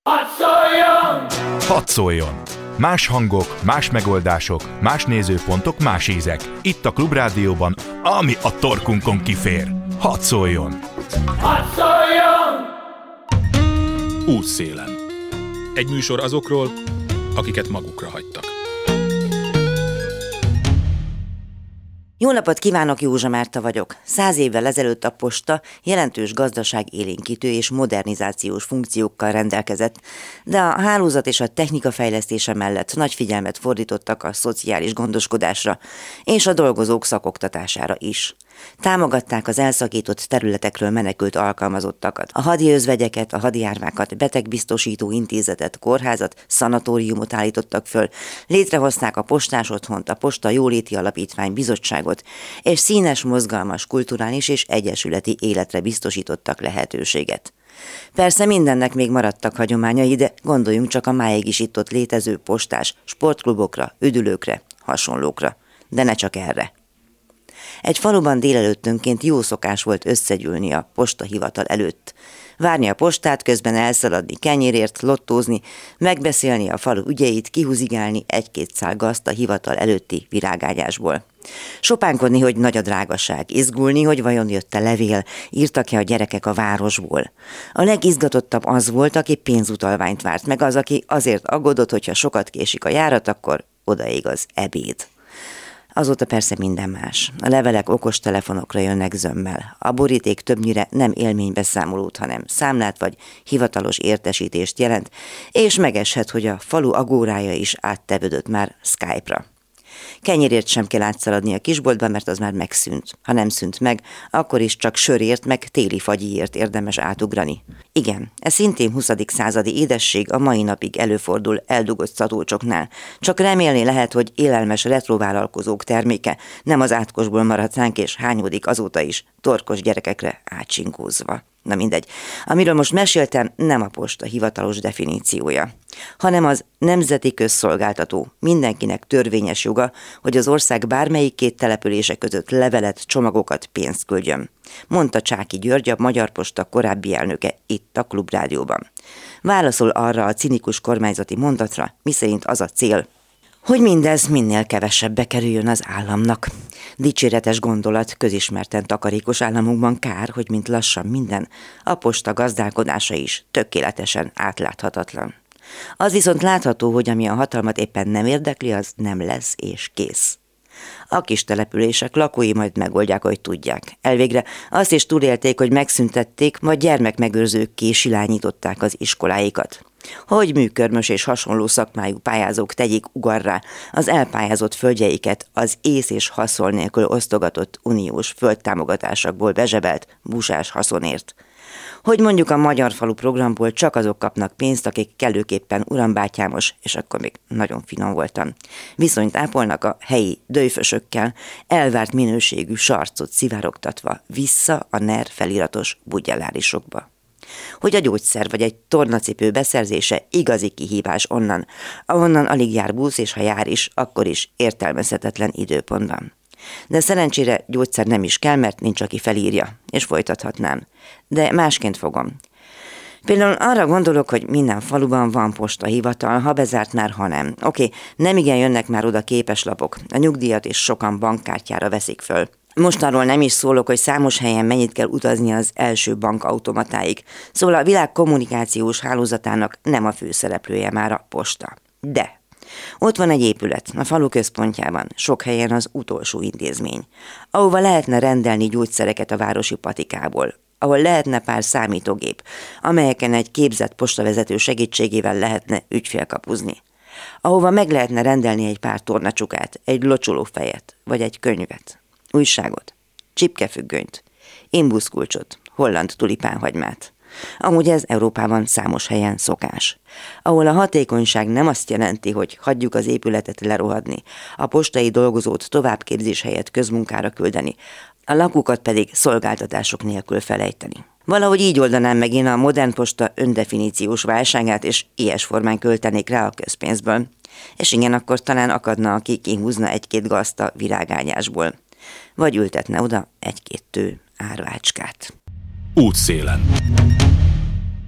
Hadd szóljon! Hadd szóljon! Más hangok, más megoldások, más nézőpontok, más ízek. Itt a Klubrádióban, ami a torkunkon kifér. Hadd szóljon! Hadd szóljon! Útszélen. Egy műsor azokról, akiket magukra hagytak. Jó napot kívánok, Józsa Márta vagyok. 100 évvel ezelőtt a posta jelentős gazdaságélénkítő és modernizációs funkciókkal rendelkezett, de a hálózat és a technika fejlesztése mellett nagy figyelmet fordítottak a szociális gondoskodásra és a dolgozók szakoktatására is. Támogatták az elszakított területekről menekült alkalmazottakat, a hadi özvegyeket, a hadijárvákat, betegbiztosító intézetet, kórházat, szanatóriumot állítottak föl, létrehozták a postás otthont, a Posta Jóléti Alapítvány bizottságot, és színes, mozgalmas, kulturális és egyesületi életre biztosítottak lehetőséget. Persze mindennek még maradtak hagyományai, de gondoljunk csak a máig is itt-ott létező postás sportklubokra, üdülőkre, hasonlókra. De ne csak erre. Egy faluban délelőttönként jó szokás volt összegyűlni a postahivatal előtt. Várni a postát, közben elszaladni kenyérért, lottózni, megbeszélni a falu ügyeit, kihúzigálni egy-két szál gazt a hivatal előtti virágágyásból. Sopánkodni, hogy nagy a drágaság, izgulni, hogy vajon jött-e levél, írtak-e a gyerekek a városból. A legizgatottabb az volt, aki pénzutalványt várt, meg az, aki azért aggódott, hogyha sokat késik a járat, akkor odaig az ebéd. Azóta persze minden más. A levelek okostelefonokra jönnek zömmel. A boríték többnyire nem élménybeszámolót, hanem számlát vagy hivatalos értesítést jelent, és megeshet, hogy a falu agórája is áttevődött már Skype-ra. Kenyérért sem kell átszaladni a kisboltba, mert az már megszűnt. Ha nem szűnt meg, akkor is csak sörért, meg téli fagyiért érdemes átugrani. Igen, ez szintén 20. századi édesség a mai napig előfordul eldugott szatócsoknál. Csak remélni lehet, hogy élelmes retrovállalkozók terméke nem az átkosból maradt ránk, és hányódik azóta is, torkos gyerekekre átsinkózva. Na mindegy. Amiről most meséltem, nem a posta hivatalos definíciója, hanem az nemzeti közszolgáltató, mindenkinek törvényes joga, hogy az ország bármelyik két települése között levelet, csomagokat, pénzt küldjön. Mondta Csáky György, a Magyar Posta korábbi elnöke itt a Klubrádióban. Válaszol arra a cinikus kormányzati mondatra, miszerint az a cél, hogy mindez minél kevesebbe kerüljön az államnak. Dicséretes gondolat, közismerten takarékos államunkban kár, hogy mint lassan minden, a posta gazdálkodása is tökéletesen átláthatatlan. Az viszont látható, hogy ami a hatalmat éppen nem érdekli, az nem lesz és kész. A kis települések lakói majd megoldják, hogy tudják. Elvégre azt is túlélték, hogy megszüntették, vagy gyermekmegőrzőkké silányították az iskoláikat. Hogy műkörmös és hasonló szakmájú pályázók tegyék ugarrá az elpályázott földjeiket az ész és haszon nélkül osztogatott uniós földtámogatásokból bezsebelt busás haszonért. Hogy mondjuk a Magyar Falu programból csak azok kapnak pénzt, akik kellőképpen urambátyámos, és akkor még nagyon finom voltam, viszonyt ápolnak a helyi döjfösökkel, elvárt minőségű sarcot szivárogtatva vissza a NER feliratos bugyellárisokba. Hogy a gyógyszer vagy egy tornacipő beszerzése igazi kihívás onnan, ahonnan alig jár busz, és ha jár is, akkor is értelmezhetetlen időpontban. De szerencsére gyógyszer nem is kell, mert nincs, aki felírja, és folytathatnám. De másként fogom. Például arra gondolok, hogy minden faluban van postahivatal, ha bezárt már, ha nem. Oké, nem igen jönnek már oda képeslapok, a nyugdíjat is sokan bankkártyára veszik föl. Most arról nem is szólok, hogy számos helyen mennyit kell utazni az első bankautomatáig. Szóval a világ kommunikációs hálózatának nem a főszereplője már a posta. De ott van egy épület, a falu központjában, sok helyen az utolsó intézmény, ahova lehetne rendelni gyógyszereket a városi patikából, ahol lehetne pár számítógép, amelyeken egy képzett postavezető segítségével lehetne ügyfélkapuzni, ahova meg lehetne rendelni egy pár tornacsukát, egy locsolófejet, vagy egy könyvet, újságot, csipkefüggönyt, imbuszkulcsot, holland tulipánhagymát. Amúgy ez Európában számos helyen szokás. Ahol a hatékonyság nem azt jelenti, hogy hagyjuk az épületet lerohadni, a postai dolgozót továbbképzés helyett közmunkára küldeni, a lakókat pedig szolgáltatások nélkül felejteni. Valahogy így oldanám meg én a modern posta öndefiníciós válságát, és ilyes formán költenék rá a közpénzből. És igen, akkor talán akadna, aki kihúzna egy-két gazt a virágágyásból. Vagy ültetne oda egy-két tő árvácskát. Útszélen.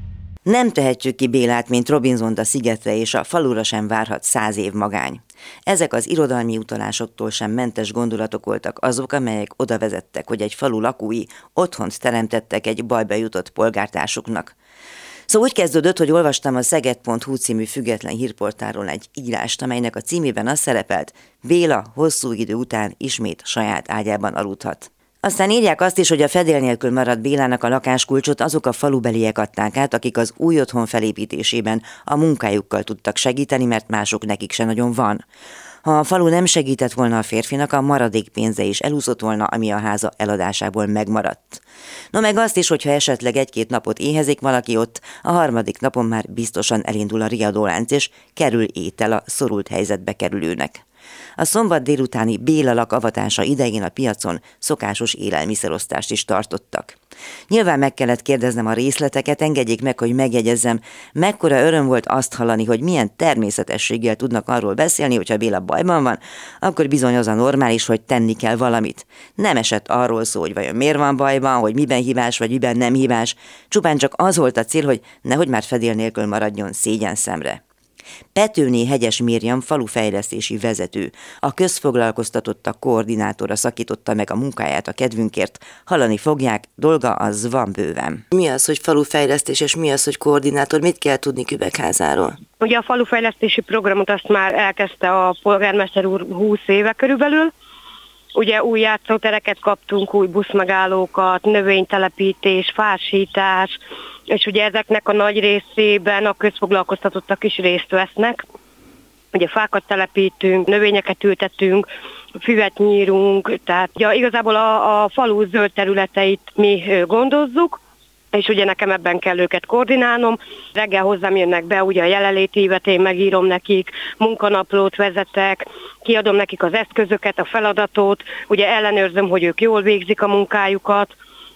Nem tehetjük ki Bélát, mint Robinsont a szigetre, és a falura sem várhat 100 év magány. Ezek az irodalmi utalásoktól sem mentes gondolatok voltak azok, amelyek oda vezettek, hogy egy falu lakói otthont teremtettek egy bajba jutott polgártársuknak. Szóval úgy kezdődött, hogy olvastam a Szeged.hu című független hírportálról egy írást, amelynek a címében az szerepelt: Béla hosszú idő után ismét saját ágyában aludhat. Aztán írják azt is, hogy a fedél nélkül maradt Bélának a lakáskulcsot azok a falubeliek adták át, akik az új otthon felépítésében a munkájukkal tudtak segíteni, mert mások nekik se nagyon van. Ha a falu nem segített volna a férfinak, a maradék pénze is elúszott volna, ami a háza eladásából megmaradt. No meg azt is, hogyha esetleg 1-2 napot éhezik valaki ott, a harmadik napon már biztosan elindul a riadólánc, és kerül étel a szorult helyzetbe kerülőnek. A szombat délutáni Béla lakavatása idején a piacon szokásos élelmiszerosztást is tartottak. Nyilván meg kellett kérdeznem a részleteket, engedjék meg, hogy megjegyezzem, mekkora öröm volt azt hallani, hogy milyen természetességgel tudnak arról beszélni, hogyha Béla bajban van, akkor bizony az a normális, hogy tenni kell valamit. Nem esett arról szó, hogy vajon miért van bajban, hogy miben hibás vagy miben nem hibás, csupán csak az volt a cél, hogy nehogy már fedél nélkül maradjon szégyenszemre. Petőné Hegyes Mirjam falufejlesztési vezető, a közfoglalkoztatottak koordinátora szakította meg a munkáját a kedvünkért. Hallani fogják, dolga az van bőven. Mi az, hogy falufejlesztés, és mi az, hogy koordinátor? Mit kell tudni Kübekházáról? Ugye a falufejlesztési programot azt már elkezdte a polgármester úr 20 éve körülbelül. Ugye új játszótereket kaptunk, új buszmegállókat, növénytelepítés, fásítás, és ugye ezeknek a nagy részében a közfoglalkoztatottak is részt vesznek. Ugye fákat telepítünk, növényeket ültetünk, füvet nyírunk, tehát ugye igazából a falu zöld területeit mi gondozzuk, és ugye nekem ebben kell őket koordinálnom. Reggel hozzám jönnek be, ugye a jelenléti évet én megírom nekik, munkanaplót vezetek, kiadom nekik az eszközöket, a feladatot, ugye ellenőrzöm, hogy ők jól végzik a munkájukat.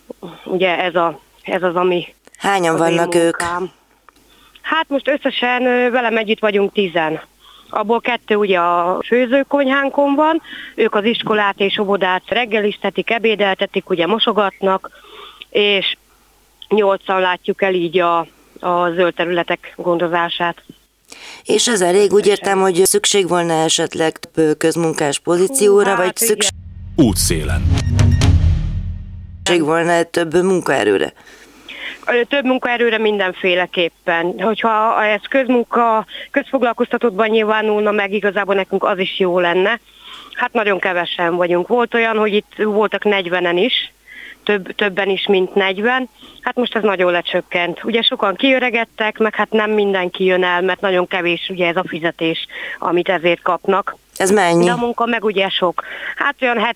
Ugye ez az, ami... Hányan vannak ők? Hát most összesen velem együtt vagyunk 10. Abból 2 ugye a főzőkonyhánkon van, ők az iskolát és óvodát reggeliztetik, ebédeltetik, ugye mosogatnak, és 8-an látjuk el így a zöld területek gondozását. És ez elég, úgy értem, hogy szükség volna esetleg közmunkás pozícióra, vagy szükség Útszélen. volna több munkaerőre? Több munkaerőre mindenféleképpen. Hogyha ez közfoglalkoztatottban nyilvánulna meg, igazából nekünk az is jó lenne. Hát nagyon kevesen vagyunk. Volt olyan, hogy itt voltak 40-en is, többen is, mint 40. Hát most ez nagyon lecsökkent. Ugye sokan kiöregedtek, meg hát nem mindenki jön el, mert nagyon kevés ugye ez a fizetés, amit ezért kapnak. Ez mennyi? De a munka meg ugye sok. Hát olyan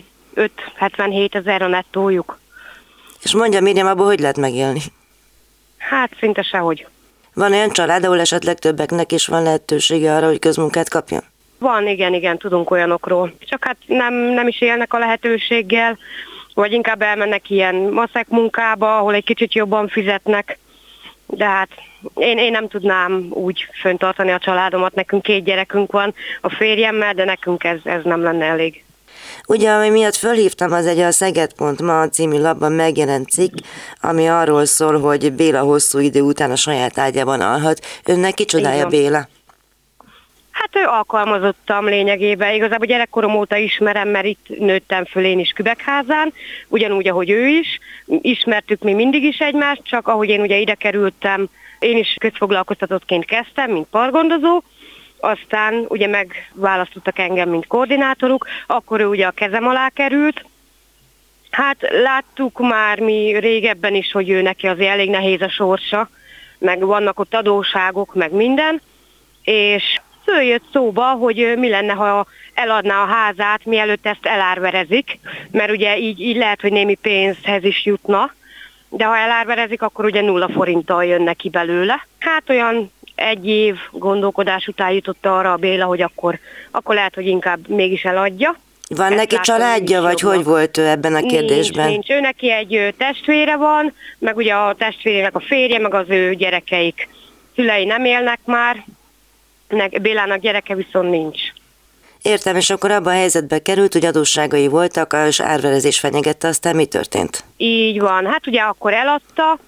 75-77 ezer a nettójuk. És mondja, Miriam, abból hogy lehet megélni? Hát szinte sehogy. Van olyan család, ahol esetleg többeknek is van lehetősége arra, hogy közmunkát kapjon? Van, igen, tudunk olyanokról. Csak hát nem is élnek a lehetőséggel, vagy inkább elmennek ilyen maszek munkába, ahol egy kicsit jobban fizetnek. De hát én nem tudnám úgy fenntartani a családomat, nekünk 2 gyerekünk van a férjemmel, de nekünk ez nem lenne elég. Ugye, ami miatt fölhívtam, az egy a Szeged.ma című lapban megjelent cikk, ami arról szól, hogy Béla hosszú idő után a saját ágyában alhat. Önnek kicsodálja Béla? Hát ő alkalmazottam lényegében. Igazából gyerekkorom óta ismerem, mert itt nőttem föl én is Kübekházán, ugyanúgy, ahogy ő is. Ismertük mi mindig is egymást, csak ahogy én ugye ide kerültem, én is közfoglalkoztatottként kezdtem, mint parkgondozó, aztán ugye megválasztottak engem, mint koordinátoruk, akkor ő ugye a kezem alá került. Hát láttuk már mi régebben is, hogy ő neki azért elég nehéz a sorsa, meg vannak ott adóságok, meg minden, és följött szóba, hogy mi lenne, ha eladná a házát, mielőtt ezt elárverezik, mert ugye így lehet, hogy némi pénzhez is jutna, de ha elárverezik, akkor ugye 0 forinttal jön neki belőle. Hát olyan 1 év gondolkodás után jutott arra a Béla, hogy akkor lehet, hogy inkább mégis eladja. Van ezt neki családja, vagy jobbnak. Hogy volt ő ebben a kérdésben? Nincs. Ő neki egy testvére van, meg ugye a testvérének a férje, meg az ő gyerekeik. Szülei nem élnek már, Bélának gyereke viszont nincs. Értem, és akkor abban a helyzetbe került, hogy adósságai voltak, és árverezés fenyegette, aztán mi történt? Így van. Hát ugye akkor eladta,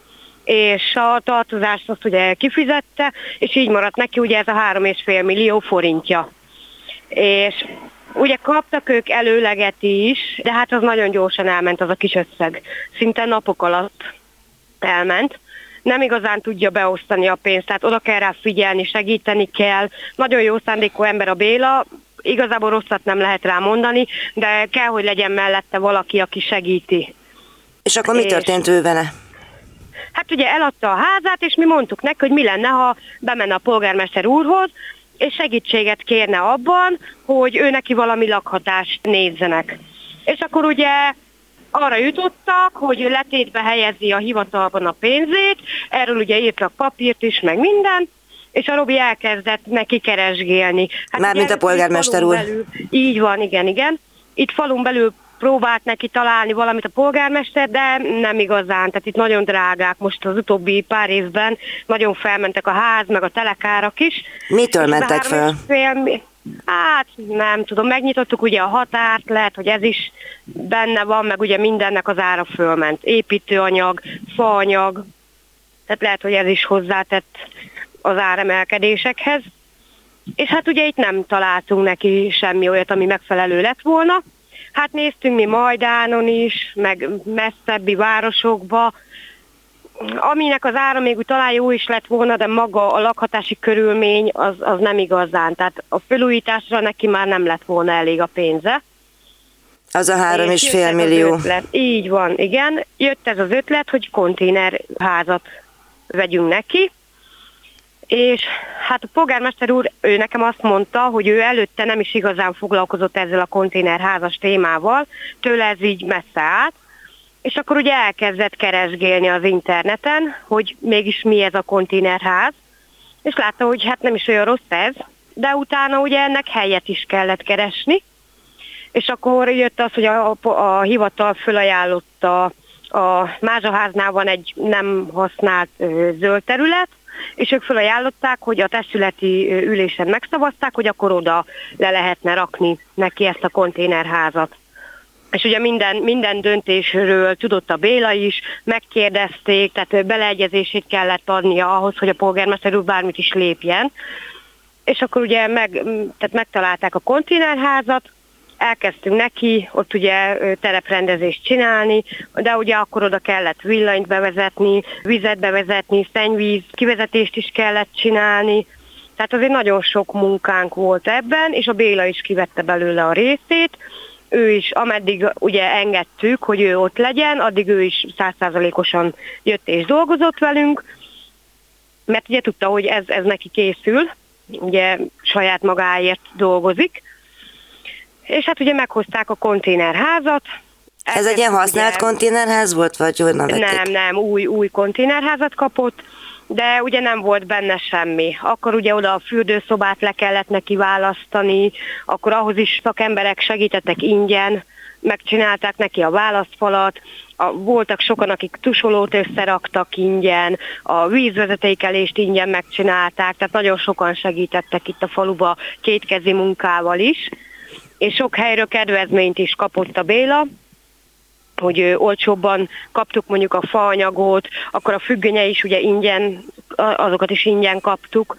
és a tartozást azt ugye kifizette, és így maradt neki ugye ez a 3,5 millió forintja. És ugye kaptak ők előleget is, de hát az nagyon gyorsan elment az a kis összeg. Szinte napok alatt elment. Nem igazán tudja beosztani a pénzt, tehát oda kell rá figyelni, segíteni kell. Nagyon jó szándékú ember a Béla, igazából rosszat nem lehet rá mondani, de kell, hogy legyen mellette valaki, aki segíti. És akkor mi történt ő vele? Hát ugye eladta a házát, és mi mondtuk neki, hogy mi lenne, ha bemenne a polgármester úrhoz, és segítséget kérne abban, hogy ő neki valami lakhatást nézzenek. És akkor ugye arra jutottak, hogy letétbe helyezi a hivatalban a pénzét, erről ugye írtak papírt is, meg minden, és a Robi elkezdett neki keresgélni. Hát mármint a polgármester úr. Belül, így van, igen. Itt falun belül próbált neki találni valamit a polgármester, de nem igazán, tehát itt nagyon drágák most az utóbbi pár évben, nagyon felmentek a ház, meg a telekárak is. Mitől mentek fel? Hát nem tudom, megnyitottuk ugye a határt, lehet, hogy ez is benne van, meg ugye mindennek az ára fölment. Építőanyag, faanyag, tehát lehet, hogy ez is hozzátett az áremelkedésekhez. És hát ugye itt nem találtunk neki semmi olyat, ami megfelelő lett volna. Hát néztünk mi Majdánon is, meg messzebbi városokba, aminek az ára még úgy talán jó is lett volna, de maga a lakhatási körülmény az nem igazán. Tehát a felújításra neki már nem lett volna elég a pénze. Az a 3,5 millió. Így van, igen. Jött ez az ötlet, hogy konténerházat vegyünk neki, és hát a polgármester úr, ő nekem azt mondta, hogy ő előtte nem is igazán foglalkozott ezzel a konténerházas témával, tőle ez így messze állt, és akkor ugye elkezdett keresgélni az interneten, hogy mégis mi ez a konténerház, és látta, hogy hát nem is olyan rossz ez, de utána ugye ennek helyet is kellett keresni, és akkor jött az, hogy a hivatal fölajánlotta, a Mázsaháznál van egy nem használt zöld terület, és ők felajánlották, hogy a testületi ülésen megszavazták, hogy akkor oda le lehetne rakni neki ezt a konténerházat. És ugye minden döntésről tudott a Béla is, megkérdezték, tehát beleegyezését kellett adnia ahhoz, hogy a polgármester úr bármit is lépjen. És akkor ugye megtalálták a konténerházat, elkezdtünk neki, ott ugye tereprendezést csinálni, de ugye akkor oda kellett villanyt bevezetni, vizet bevezetni, szennyvíz kivezetést is kellett csinálni. Tehát azért nagyon sok munkánk volt ebben, és a Béla is kivette belőle a részét. Ő is, ameddig ugye engedtük, hogy ő ott legyen, addig ő is 100%-osan jött és dolgozott velünk, mert ugye tudta, hogy ez neki készül, ugye saját magáért dolgozik. És hát ugye meghozták a konténerházat. Ez egy ilyen használt konténerház volt, vagy honnan vették? Nem, új konténerházat kapott, de ugye nem volt benne semmi. Akkor ugye oda a fürdőszobát le kellett neki választani, akkor ahhoz is szakemberek segítettek ingyen, megcsinálták neki a válaszfalat, voltak sokan, akik tusolót összeraktak ingyen, a vízvezetékelést ingyen megcsinálták, tehát nagyon sokan segítettek itt a faluba kétkezi munkával is. És sok helyről kedvezményt is kapott a Béla, hogy olcsóbban kaptuk mondjuk a faanyagot, akkor a függönye is ugye ingyen, azokat is ingyen kaptuk.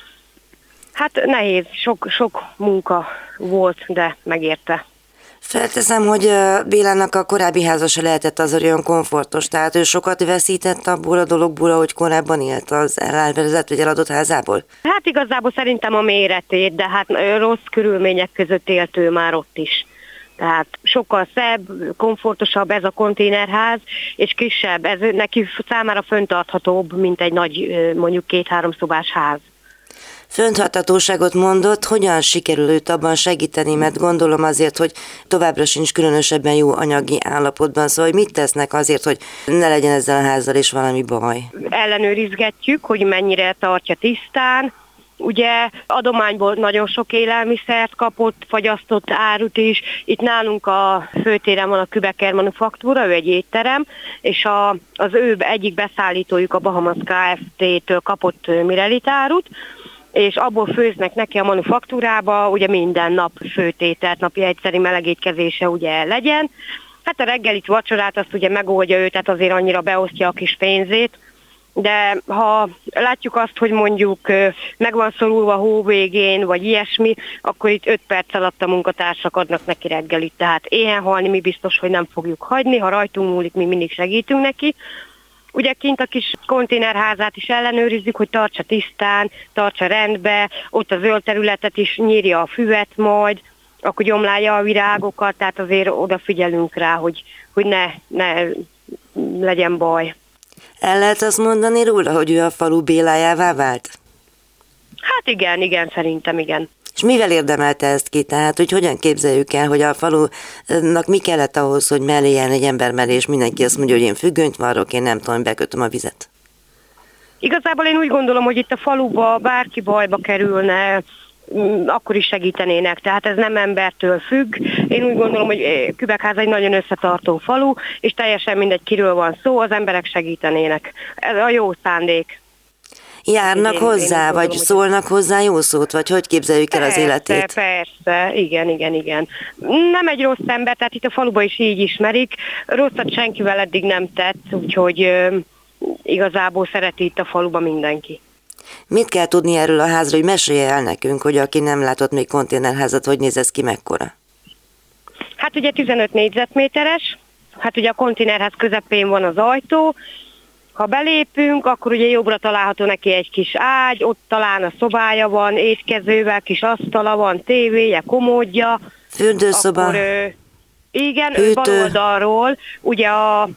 Hát nehéz, sok munka volt, de megérte. Felteszem, hogy Bélának a korábbi házasa lehetett az olyan komfortos, tehát ő sokat veszített abból a dologból, ahogy korábban élt az elárverezett vagy eladott házából? Hát igazából szerintem a méretét, de hát rossz körülmények között élt ő már ott is. Tehát sokkal szebb, komfortosabb ez a konténerház, és kisebb, ez neki számára fenntarthatóbb, mint egy nagy, mondjuk 2-3 szobás ház. Fönthatóságot mondott, hogyan sikerül őt abban segíteni, mert gondolom azért, hogy továbbra sincs különösebben jó anyagi állapotban, szóval hogy mit tesznek azért, hogy ne legyen ezzel a házzal is valami baj? Ellenőrizgetjük, hogy mennyire tartja tisztán. Ugye adományból nagyon sok élelmiszert kapott, fagyasztott árut is. Itt nálunk a főtéren van a Kübeker Manufaktúra, ő egy étterem, és az ő egyik beszállítójuk a Bahamas Kft-től kapott mirelit árut, és abból főznek neki a manufaktúrába, ugye minden nap főtételt, napi egyszeri melegétkezése ugye legyen. Hát a reggelit, vacsorát azt ugye megoldja ő, tehát azért annyira beosztja a kis pénzét, de ha látjuk azt, hogy mondjuk meg van szorulva hó végén, vagy ilyesmi, akkor itt 5 perc alatt a munkatársak adnak neki reggelit. Tehát éhen halni mi biztos, hogy nem fogjuk hagyni, ha rajtunk múlik, mi mindig segítünk neki. Ugye kint a kis konténerházát is ellenőrizzük, hogy tartsa tisztán, tartsa rendbe, ott a zöld területet is nyírja a füvet majd, akkor gyomlálja a virágokat, tehát azért odafigyelünk rá, hogy ne legyen baj. El lehet azt mondani róla, hogy ő a falu Bélájává vált? Hát igen, szerintem igen. És mivel érdemelte ezt ki? Tehát, hogy hogyan képzeljük el, hogy a falunak mi kellett ahhoz, hogy mellé jelen egy ember mellé, és mindenki azt mondja, hogy én függönyt varrok, én nem tudom, bekötöm a vizet. Igazából én úgy gondolom, hogy itt a faluba bárki bajba kerülne, akkor is segítenének, tehát ez nem embertől függ. Én úgy gondolom, hogy Kübekháza egy nagyon összetartó falu, és teljesen mindegy, kiről van szó, az emberek segítenének. Ez a jó szándék. Járnak hozzá, vagy szólnak hozzá jó szót, vagy hogy képzeljük el az életét? Persze, igen. Nem egy rossz ember, tehát itt a faluban is így ismerik. Rosszat senkivel eddig nem tett, úgyhogy igazából szereti itt a faluban mindenki. Mit kell tudni erről a házról, hogy mesélje el nekünk, hogy aki nem látott még konténerházat, hogy néz ez ki, mekkora? Hát ugye 15 négyzetméteres, hát ugye a konténerház közepén van az ajtó. Ha belépünk, akkor ugye jobbra található neki egy kis ágy, ott talán a szobája van, étkezővel, kis asztala van, tévéje, komódja. Fürdőszoba. Akkor, igen, bal oldalról ugye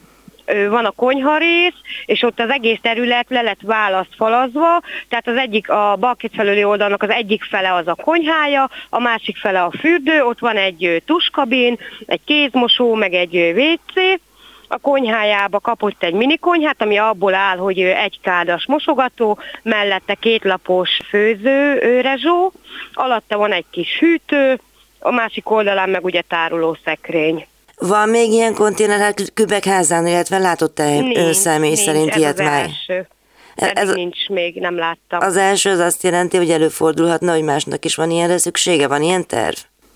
van a konyharész, és ott az egész terület le lett válaszfalazva, tehát az egyik, a balkét felüli oldalnak az egyik fele az a konyhája, a másik fele a fürdő, ott van egy tuskabin, egy kézmosó, meg egy WC. A konyhájába kapott egy minikonyhát, ami abból áll, hogy egy kádas mosogató, mellette 2 lapos főző rezsó, alatta van egy kis hűtő, a másik oldalán meg ugye tárolószekrény. Van még ilyen konténerház Kübekházán, illetve látott-e ön személy szerint ilyet már? Ez nincs még, nem láttam. Az első az azt jelenti, hogy előfordulhatna, hogy másnak is van ilyenre szüksége, van ilyen terv?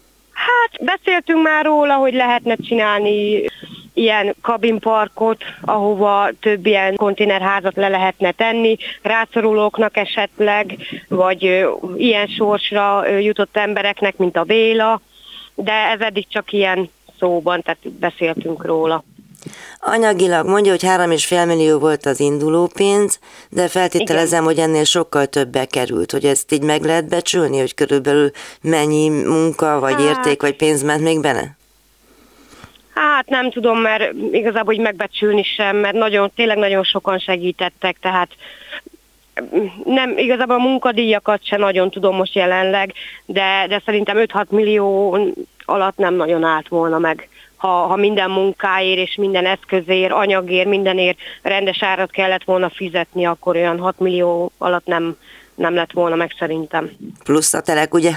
Hát beszéltünk már róla, hogy lehetne csinálni ilyen kabinparkot, ahova több ilyen konténerházat le lehetne tenni, rászorulóknak esetleg, vagy ilyen sorsra jutott embereknek, mint a Béla, de ez eddig csak ilyen szóban, tehát beszéltünk róla. Anyagilag mondja, hogy 3,5 millió volt az induló pénz, de feltételezem, hogy ennél sokkal többbe került, hogy ezt így meg lehet becsülni, hogy körülbelül mennyi munka, vagy érték, vagy pénz ment még benne? Hát nem tudom, mert igazából hogy megbecsülni sem, mert tényleg nagyon sokan segítettek, tehát nem, igazából a munkadíjakat sem nagyon tudom most jelenleg, de szerintem 5-6 millió alatt nem nagyon állt volna meg. Ha minden munkáért és minden eszközért, anyagért, mindenért rendes árat kellett volna fizetni, akkor olyan 6 millió alatt nem lett volna meg szerintem. Plusz a telek, ugye?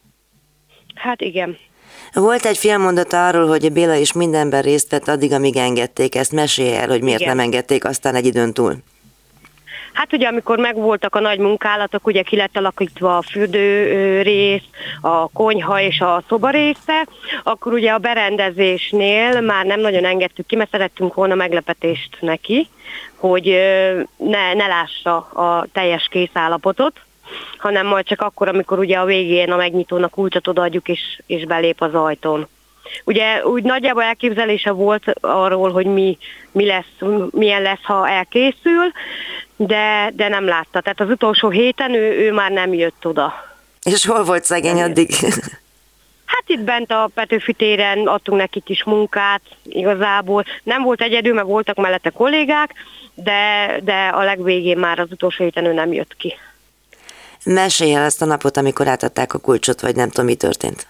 Hát igen. Volt egy félmondata arról, hogy Béla is mindenben részt vett addig, amíg engedték. Ezt mesélj el, hogy miért nem engedték aztán egy időn túl. Hát ugye amikor megvoltak a nagy munkálatok, ugye ki lett alakítva a fürdő rész, a konyha és a szoba része, akkor ugye a berendezésnél már nem nagyon engedtük ki, mert szerettünk volna meglepetést neki, hogy ne lássa a teljes készállapotot, hanem majd csak akkor, amikor ugye a végén a megnyitónak kulcsot odaadjuk és belép az ajtón. Ugye úgy nagyjából elképzelése volt arról, hogy milyen lesz, ha elkészül, de nem látta. Tehát az utolsó héten ő már nem jött oda. És hol volt szegény addig? Hát itt bent a Petőfi téren adtunk neki kis munkát, igazából. Nem volt egyedül, mert voltak mellette kollégák, de a legvégén már az utolsó héten ő nem jött ki. Mesélj el azt a napot, amikor átadták a kulcsot, vagy nem tudom, mi történt.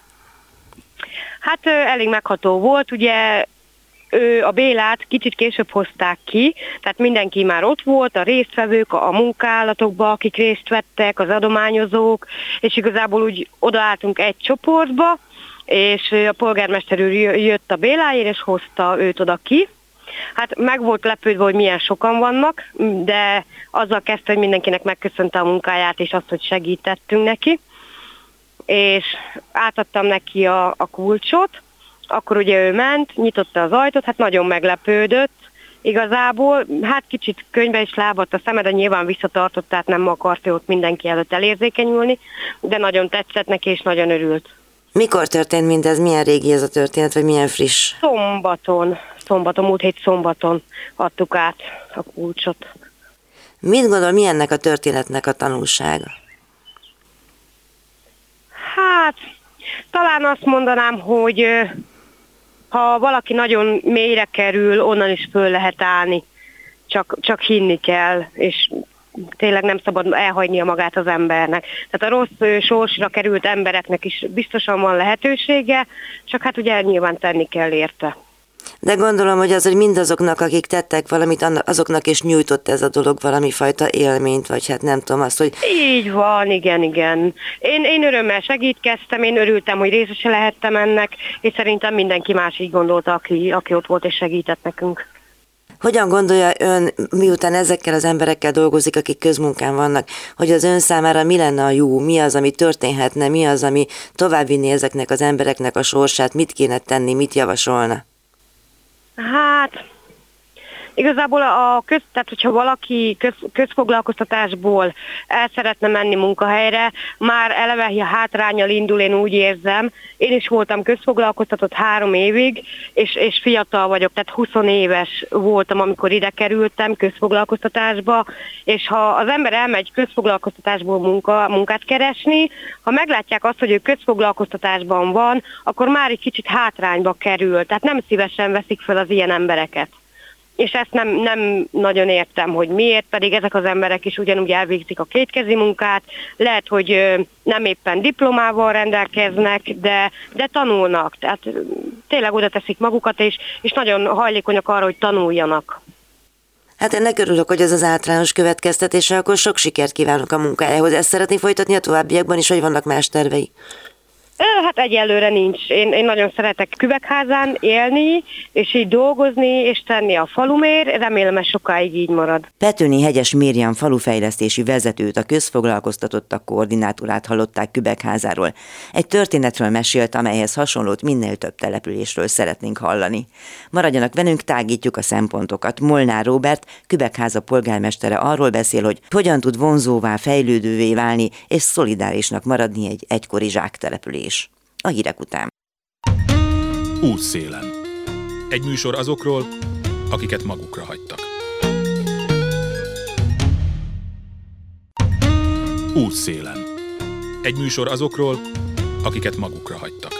Hát elég megható volt, ugye a Bélát kicsit később hozták ki, tehát mindenki már ott volt, a résztvevők, a munkálatokban, akik részt vettek, az adományozók, és igazából úgy odaálltunk egy csoportba, és a polgármester úr jött a Béláért, és hozta őt oda ki. Hát meg volt lepődve, hogy milyen sokan vannak, de azzal kezdte, hogy mindenkinek megköszönte a munkáját, és azt, hogy segítettünk neki. És átadtam neki a kulcsot, akkor ugye ő ment, nyitotta az ajtót, hát nagyon meglepődött, Igazából, hát kicsit könyvbe is lábadt a szeme, de nyilván visszatartott, tehát nem akarta ott mindenki előtt elérzékenyülni, de nagyon tetszett neki, és nagyon örült. Mikor történt mindez? Milyen régi ez a történet, vagy milyen friss? Szombaton, múlt hét szombaton adtuk át a kulcsot. Mit gondol, mi ennek a történetnek a tanulsága? Hát, talán azt mondanám, hogy ha valaki nagyon mélyre kerül, onnan is föl lehet állni. Csak hinni kell, és tényleg nem szabad elhagynia magát az embernek. Tehát a rossz sorsra került embereknek is biztosan van lehetősége, csak hát ugye nyilván tenni kell érte. De gondolom, hogy az, hogy mindazoknak, akik tettek valamit, azoknak is nyújtott ez a dolog valami fajta élményt, vagy hát nem tudom azt, hogy... Így van, igen. Én örömmel segítkeztem, én örültem, hogy részese lehettem ennek, és szerintem mindenki más így gondolta, aki ott volt és segített nekünk. Hogyan gondolja ön, miután ezekkel az emberekkel dolgozik, akik közmunkán vannak, hogy az ön számára mi lenne a jó, mi az, ami történhetne, mi az, ami továbbvinni ezeknek az embereknek a sorsát, mit kéne tenni, mit javasolna? Hát, igazából tehát hogyha valaki közfoglalkoztatásból el szeretne menni munkahelyre, már eleve hátránnyal indul, én úgy érzem. Én is voltam közfoglalkoztatott 3 évig, és fiatal vagyok, tehát 20 éves voltam, amikor ide kerültem közfoglalkoztatásba, és ha az ember elmegy közfoglalkoztatásból munkát keresni, ha meglátják azt, hogy ő közfoglalkoztatásban van, akkor már egy kicsit hátrányba kerül, tehát nem szívesen veszik fel az ilyen embereket. És ezt nem nagyon értem, hogy miért, pedig ezek az emberek is ugyanúgy elvégzik a kétkezi munkát, lehet, hogy nem éppen diplomával rendelkeznek, de tanulnak, tehát tényleg oda teszik magukat, és nagyon hajlékonyak arra, hogy tanuljanak. Hát ennek örülök, hogy ez az általános következtetése, akkor sok sikert kívánok a munkájához. Ezt szeretné folytatni a továbbiakban is, vagy vannak más tervei? Hát egyelőre nincs. Én nagyon szeretek Kübekházán élni, és így dolgozni, és tenni a falumért. Remélem, ez sokáig így marad. Petőni Hegyes Miriam falufejlesztési vezetőt, a közfoglalkoztatottak koordinátorát hallották Kübekházáról. Egy történetről mesélt, amelyhez hasonlót minél több településről szeretnénk hallani. Maradjanak velünk, tágítjuk a szempontokat. Molnár Róbert, Kübekháza polgármestere arról beszél, hogy hogyan tud vonzóvá, fejlődővé válni, és szolidárisnak maradni egy egykori zsáktelepülés. A hírek után. Útszélen. Egy műsor azokról, akiket magukra hagytak. Útszélen. Egy műsor azokról, akiket magukra hagytak.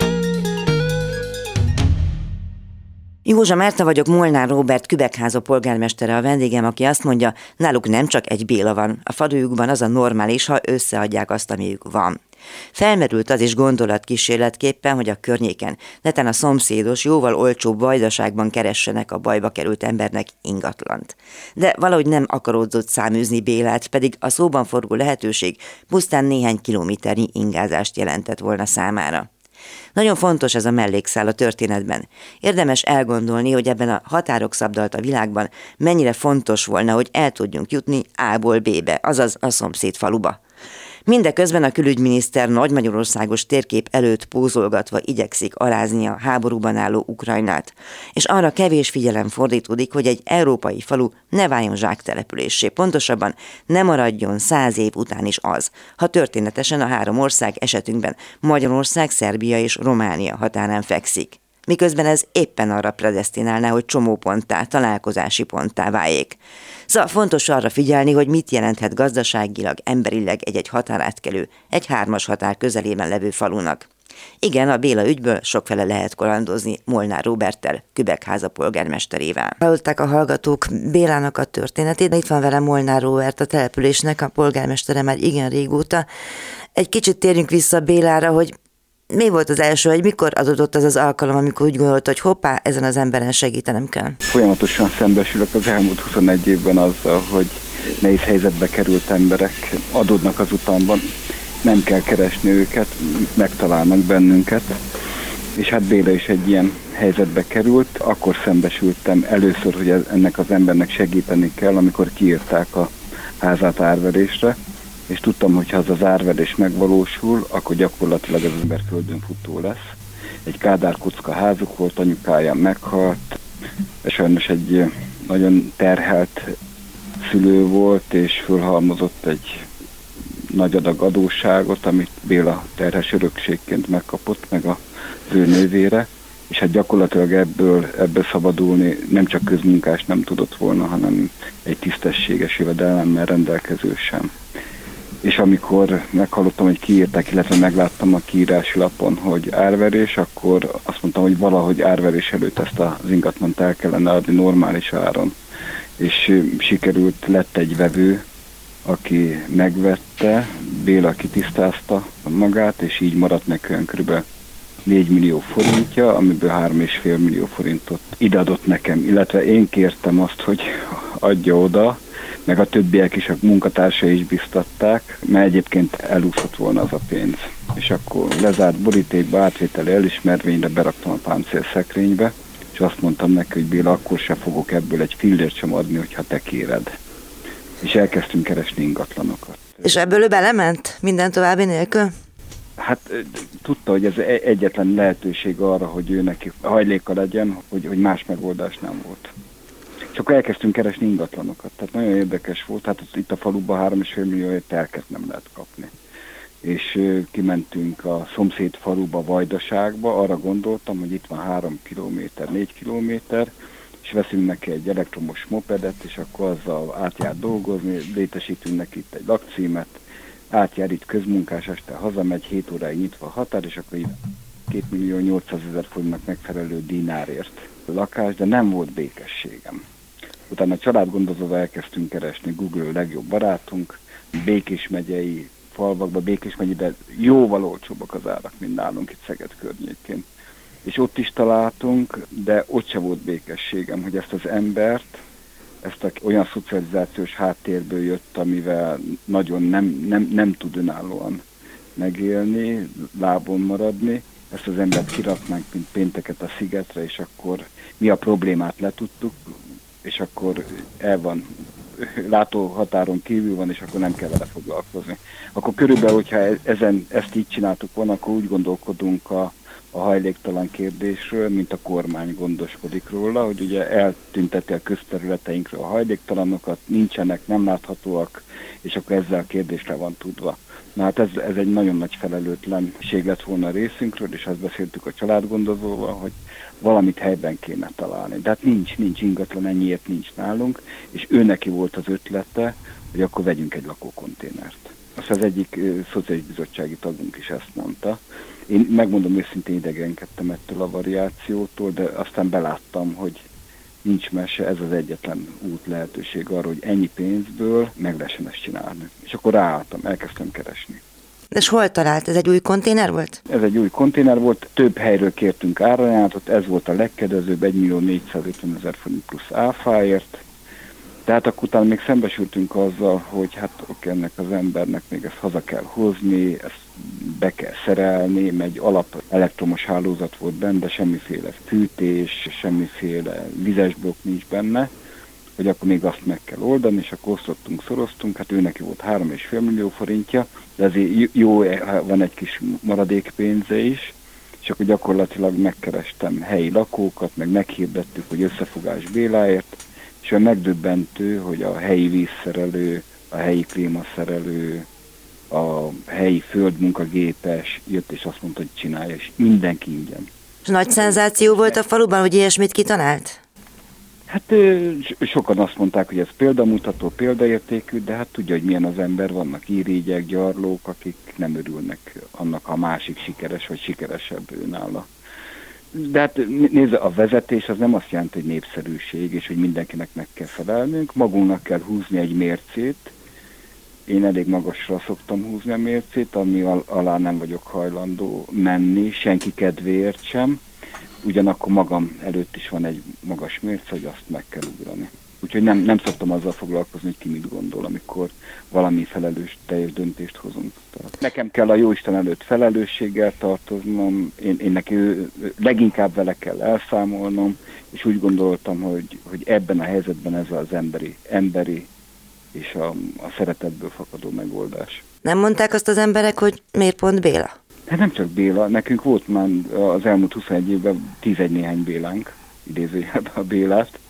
Józsa Márta vagyok, Molnár Róbert Kübekháza polgármestere a vendégem, aki azt mondja, náluk nem csak egy Béla van, a falujukban az a normális, ha összeadják azt, amiük van. Felmerült az is gondolatkísérletképpen, hogy a környéken, netán a szomszédos, jóval olcsóbb Vajdaságban keressenek a bajba került embernek ingatlant. De valahogy nem akaródzott száműzni Bélát, pedig a szóban forgó lehetőség pusztán néhány kilométernyi ingázást jelentett volna számára. Nagyon fontos ez a mellékszál a történetben. Érdemes elgondolni, hogy ebben a határok szabdalta világban mennyire fontos volna, hogy el tudjunk jutni A-ból B-be, azaz a szomszéd faluba. Mindeközben a külügyminiszter nagymagyarországos térkép előtt pózolgatva igyekszik alázni a háborúban álló Ukrajnát, és arra kevés figyelem fordítódik, hogy egy európai falu ne váljon zsáktelepüléssé, pontosabban ne maradjon 100 év után is az, ha történetesen a 3 ország esetünkben Magyarország, Szerbia és Románia határán fekszik. Miközben ez éppen arra predesztinálná, hogy csomóponttá, találkozási ponttá váljék. Szóval fontos arra figyelni, hogy mit jelenthet gazdaságilag, emberileg egy határátkelő, egy 3-as határ közelében levő falunak. Igen, a Béla ügyből sokfele lehet kalandozni Molnár Róberttel, Kübekháza polgármesterével. Hallották a hallgatók Bélának a történetét, de itt van velem Molnár Róbert, a településnek a polgármestere már igen régóta. Egy kicsit térjünk vissza Bélára, hogy mi volt az első, hogy mikor adódott az az alkalom, amikor úgy gondolt, hogy hoppá, ezen az emberen segítenem kell? Folyamatosan szembesülök az elmúlt 21 évben azzal, hogy nehéz helyzetbe került emberek adódnak az utamban. Nem kell keresni őket, megtalálnak bennünket. És hát Béla is egy ilyen helyzetbe került. Akkor szembesültem először, hogy ennek az embernek segíteni kell, amikor kiírták a házát árverésre. És tudtam, hogy ha az árverés megvalósul, akkor gyakorlatilag az ember földön futó lesz. Egy kádárkocka házuk volt, anyukája meghalt, és sajnos egy nagyon terhelt szülő volt, és fölhalmozott egy nagy adag adósságot, amit Béla terhes örökségként megkapott, meg az ő nővére, és hát gyakorlatilag ebből szabadulni nem csak közmunkás nem tudott volna, hanem egy tisztességes jövedelemmel rendelkező sem. És amikor meghallottam, hogy kiírták, illetve megláttam a kiírási lapon, hogy árverés, akkor azt mondtam, hogy valahogy árverés előtt ezt az ingatlant el kellene adni normális áron. És sikerült, lett egy vevő, aki megvette, Béla kitisztázta magát, és így maradt neki olyan kb. 4 millió forintja, amiből 3,5 millió forintot ideadott nekem, illetve én kértem azt, hogy adja oda, meg a többiek is, a munkatársai is biztatták, mert egyébként elúszott volna az a pénz. És akkor lezárt borítékba, átvételi elismervényre beraktam a páncélszekrénybe, és azt mondtam neki, hogy Béla, akkor se fogok ebből egy fillért sem adni, hogyha te kéred. És elkezdtünk keresni ingatlanokat. És ebből ő belement minden további nélkül? Hát tudta, hogy ez egyetlen lehetőség arra, hogy ő neki hajléka legyen, hogy más megoldás nem volt. És akkor elkezdtünk keresni ingatlanokat. Tehát nagyon érdekes volt. Hát itt a faluban 3,5 millióért telket nem lehet kapni. És kimentünk a szomszéd faluba, Vajdaságba. Arra gondoltam, hogy itt van 3 kilométer, 4 kilométer, és veszünk neki egy elektromos mopedet, és akkor azzal átjár dolgozni, létesítünk neki itt egy lakcímet, átjár itt közmunkás, este hazamegy, 7 óráig nyitva a határ, és akkor 2.800.000 forintnak megfelelő dinárért lakás, de nem volt békességem. Utána a családgondozóval elkezdtünk keresni, Google legjobb barátunk, Békés megyei falvakban, Békés megyében jóval olcsóbbak az árak, mint nálunk itt Szeged környékén. És ott is találtunk, de ott se volt békességem, hogy ezt az embert, olyan szocializációs háttérből jött, amivel nagyon nem tud önállóan megélni, lábon maradni. Ezt az embert kiraknánk, mint pénteket a szigetre, és akkor mi a problémát letudtuk, és akkor el van, látóhatáron kívül van, és akkor nem kell vele foglalkozni. Akkor körülbelül, hogyha ezt így csináltuk volna, akkor úgy gondolkodunk a hajléktalan kérdésről, mint a kormány gondoskodik róla, hogy ugye eltünteti a közterületeinkről a hajléktalanokat, nincsenek, nem láthatóak, és akkor ezzel a kérdésre van tudva. Na hát ez egy nagyon nagy felelőtlenség lett volna a részünkről, és azt beszéltük a családgondozóval, hogy valamit helyben kéne találni. De hát nincs ingatlan, ennyiért nincs nálunk, és ő neki volt az ötlete, hogy akkor vegyünk egy lakókonténert. Azt az egyik szociális bizottsági tagunk is ezt mondta. Én megmondom őszintén, idegenkedtem ettől a variációtól, de aztán beláttam, hogy nincs mese, ez az egyetlen út lehetőség arra, hogy ennyi pénzből meg lehessen ezt csinálni. És akkor ráálltam, elkezdtem keresni. És hol talált? Ez egy új konténer volt? Ez egy új konténer volt, több helyről kértünk árajánlatot, ez volt a legkedvezőbb, 1.450.000 forint plusz áfáért. Tehát akkor utána még szembesültünk azzal, hogy hát ennek az embernek még ezt haza kell hozni, ezt be kell szerelni, egy alap elektromos hálózat volt benne, de semmiféle fűtés, semmiféle vizes blokk nincs benne, hogy akkor még azt meg kell oldani, és akkor szoroztunk, hát ő neki volt 3,5 millió forintja, de azért jó, van egy kis maradékpénze is, és akkor gyakorlatilag megkerestem helyi lakókat, meg meghirdettük, hogy összefogás Béláért, és olyan megdöbbentő, hogy a helyi vízszerelő, a helyi klímaszerelő, a helyi földmunkagépes jött, és azt mondta, hogy csinálja, és mindenki ingyen. És nagy szenzáció volt a faluban, hogy ilyesmit kitalált? Hát sokan azt mondták, hogy ez példamutató, példaértékű, de hát tudja, hogy milyen az ember, vannak irigyek, gyarlók, akik nem örülnek annak, ha a másik sikeres, vagy sikeresebb ő nála. De hát nézd, a vezetés az nem azt jelenti, hogy népszerűség, és hogy mindenkinek meg kell felelnünk, magunknak kell húzni egy mércét. Én elég magasra szoktam húzni a mércét, ami alá nem vagyok hajlandó menni, senki kedvéért sem. Ugyanakkor magam előtt is van egy magas mérce, hogy azt meg kell ugrani. Úgyhogy nem szoktam azzal foglalkozni, hogy ki mit gondol, amikor valami felelős, teljes döntést hozunk. Tehát nekem kell a Jóisten előtt felelősséggel tartoznom, én neki leginkább vele kell elszámolnom, és úgy gondoltam, hogy ebben a helyzetben ez az emberi és a szeretetből fakadó megoldás. Nem mondták azt az emberek, hogy miért pont Béla? Hát nem csak Béla, nekünk volt már az elmúlt 21 évben 11 néhány Bélánk, idézőjelben a Bélát,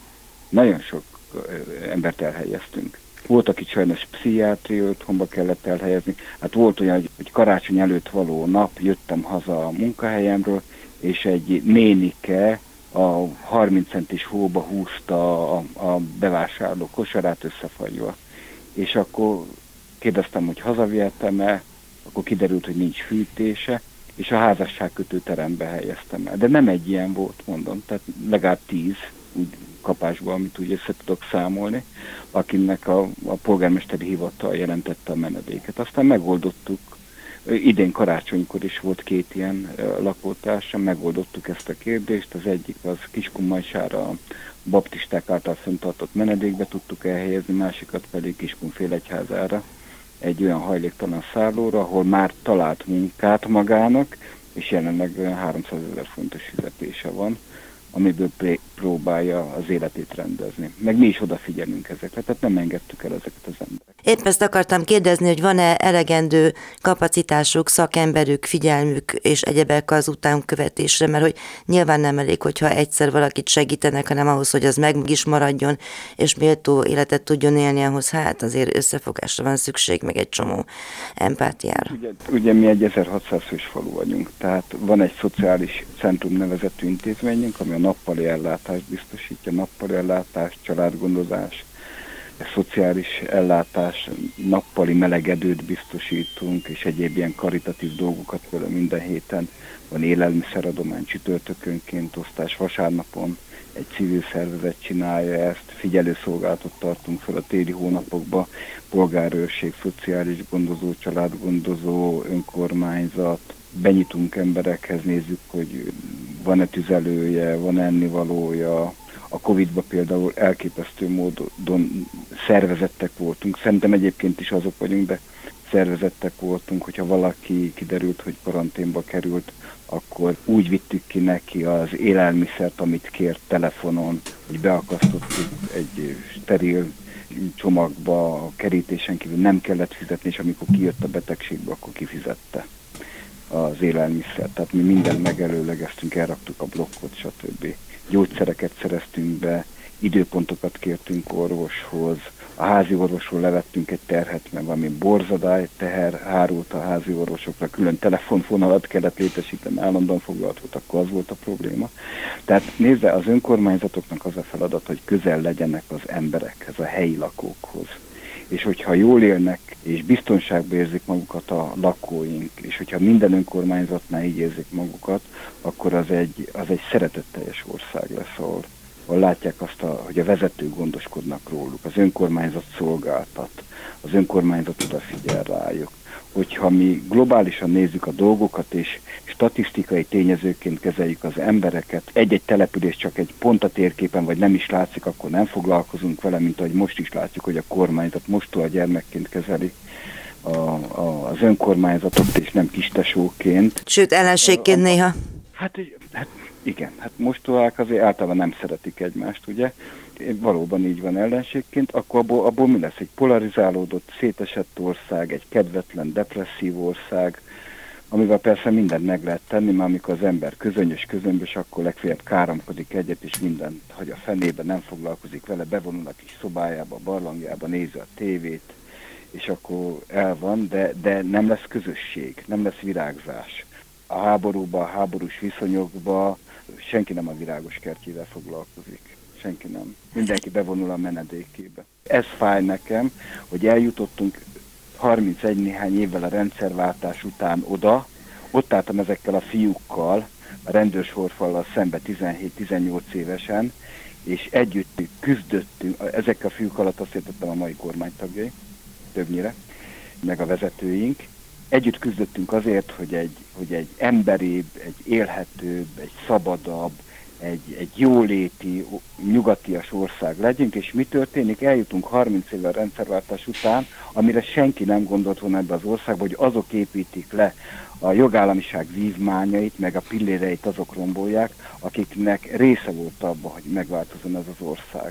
Nagyon sok embert elhelyeztünk. Volt, akit sajnos pszichiátria otthonba kellett elhelyezni. Hát volt olyan, hogy karácsony előtt való nap jöttem haza a munkahelyemről, és egy nénike a 30 centis hóba húzta a bevásárló kosarát összefagyva. És akkor kérdeztem, hogy hazavihettem-e, akkor kiderült, hogy nincs fűtése, és a házasságkötő terembe helyeztem el. De nem egy ilyen volt, mondom, tehát legalább 10 úgy kapásban, amit úgy össze tudok számolni, akinek a polgármesteri hivatal jelentette a menedéket. Aztán megoldottuk, idén karácsonykor is volt 2 ilyen lakótársam, megoldottuk ezt a kérdést, az egyik az Kiskunmajsára a baptisták által fenntartott menedékbe tudtuk elhelyezni, másikat pedig Kiskunfélegyházára, egy olyan hajléktalan szállóra, ahol már talált munkát magának, és jelenleg 300 000 fontos fizetése van, amiből próbálja az életét rendezni. Meg mi is odafigyelünk ezekre, tehát nem engedtük el ezeket az embereket. Épp ezt akartam kérdezni, hogy van-e elegendő kapacitásuk, szakemberük, figyelmük és egyebek az utánkövetésre, mert hogy nyilván nem elég, hogyha egyszer valakit segítenek, hanem ahhoz, hogy az meg is maradjon, és méltó életet tudjon élni, ahhoz hát azért összefogásra van szükség, meg egy csomó empátiára. Ugye mi egy 1600 fős falu vagyunk, tehát van egy szociális centrum nevezetű intézményünk, ami a nappali ellátást biztosítja, nappali ellátás, családgondozás, szociális ellátás, nappali melegedőt biztosítunk, és egyéb ilyen karitatív dolgokat, például minden héten van élelmiszeradomány, csütörtökönként, osztás vasárnapon, egy civil szervezet csinálja ezt, figyelőszolgálatot tartunk fel a téli hónapokban, polgárőrség, szociális gondozó, családgondozó, önkormányzat, benyitunk emberekhez, nézzük, hogy van-e tüzelője, van ennivalója. A Covid-ban például elképesztő módon szervezettek voltunk. Szerintem egyébként is azok vagyunk, de szervezettek voltunk, hogyha valaki kiderült, hogy karanténba került, akkor úgy vittük ki neki az élelmiszert, amit kért telefonon, hogy beakasztottuk egy steril csomagba, a kerítésen kívül nem kellett fizetni, és amikor kijött a betegségbe, akkor kifizette az élelmiszer. Tehát mi mindent megelőlegeztünk, elraktuk a blokkot, stb. Gyógyszereket szereztünk be, időpontokat kértünk orvoshoz, a házi orvosról levettünk egy terhet, mert valami borzadály teher hárult a házi orvosokra, külön telefonfonalat kellett létesíteni, állandóan foglalt volt, akkor az volt a probléma. Tehát nézze, az önkormányzatoknak az a feladat, hogy közel legyenek az emberekhez, a helyi lakókhoz. És hogyha jól élnek, és biztonságban érzik magukat a lakóink, és hogyha minden önkormányzatnál így érzik magukat, akkor az egy szeretetteljes ország lesz, ahol látják azt, hogy a vezetők gondoskodnak róluk, az önkormányzat szolgáltat, az önkormányzat odafigyel rájuk. Hogyha mi globálisan nézzük a dolgokat, és statisztikai tényezőként kezeljük az embereket, egy-egy település csak egy pont a térképen, vagy nem is látszik, akkor nem foglalkozunk vele, mint ahogy most is látjuk, hogy a kormányzat mostól a gyermekként kezeli az önkormányzatot, és nem kistesóként. Sőt, ellenségként néha. Hát igen, hát mostóak azért általában nem szeretik egymást, ugye? Valóban így van ellenségként, akkor abból mi lesz? Egy polarizálódott, szétesett ország, egy kedvetlen, depresszív ország, amivel persze mindent meg lehet tenni, mert amikor az ember közömbös, akkor legfeljebb káromkodik egyet, és mindent hagy a fenébe, nem foglalkozik vele, bevonul a kis szobájába, barlangjába, nézi a tévét, és akkor el van, de nem lesz közösség, nem lesz virágzás. A háborúban, a háborús viszonyokban senki nem a virágos kertjével foglalkozik. Senki nem. Mindenki bevonul a menedékébe. Ez fáj nekem, hogy eljutottunk 31 néhány évvel a rendszerváltás után oda, ott álltam ezekkel a fiúkkal, a rendőrsorfallal szembe 17-18 évesen, és együtt küzdöttünk, ezekkel a fiúk alatt azt értettem a mai kormánytagjai, többnyire, meg a vezetőink. Együtt küzdöttünk azért, hogy egy emberibb, egy élhetőbb, egy szabadabb, egy jóléti, nyugatias ország legyünk, és mi történik? Eljutunk 30 évvel rendszerváltás után, amire senki nem gondolt volna ebbe az országba, hogy azok építik le a jogállamiság vívmányait, meg a pilléreit azok rombolják, akiknek része volt abban, hogy megváltozzon ez az ország.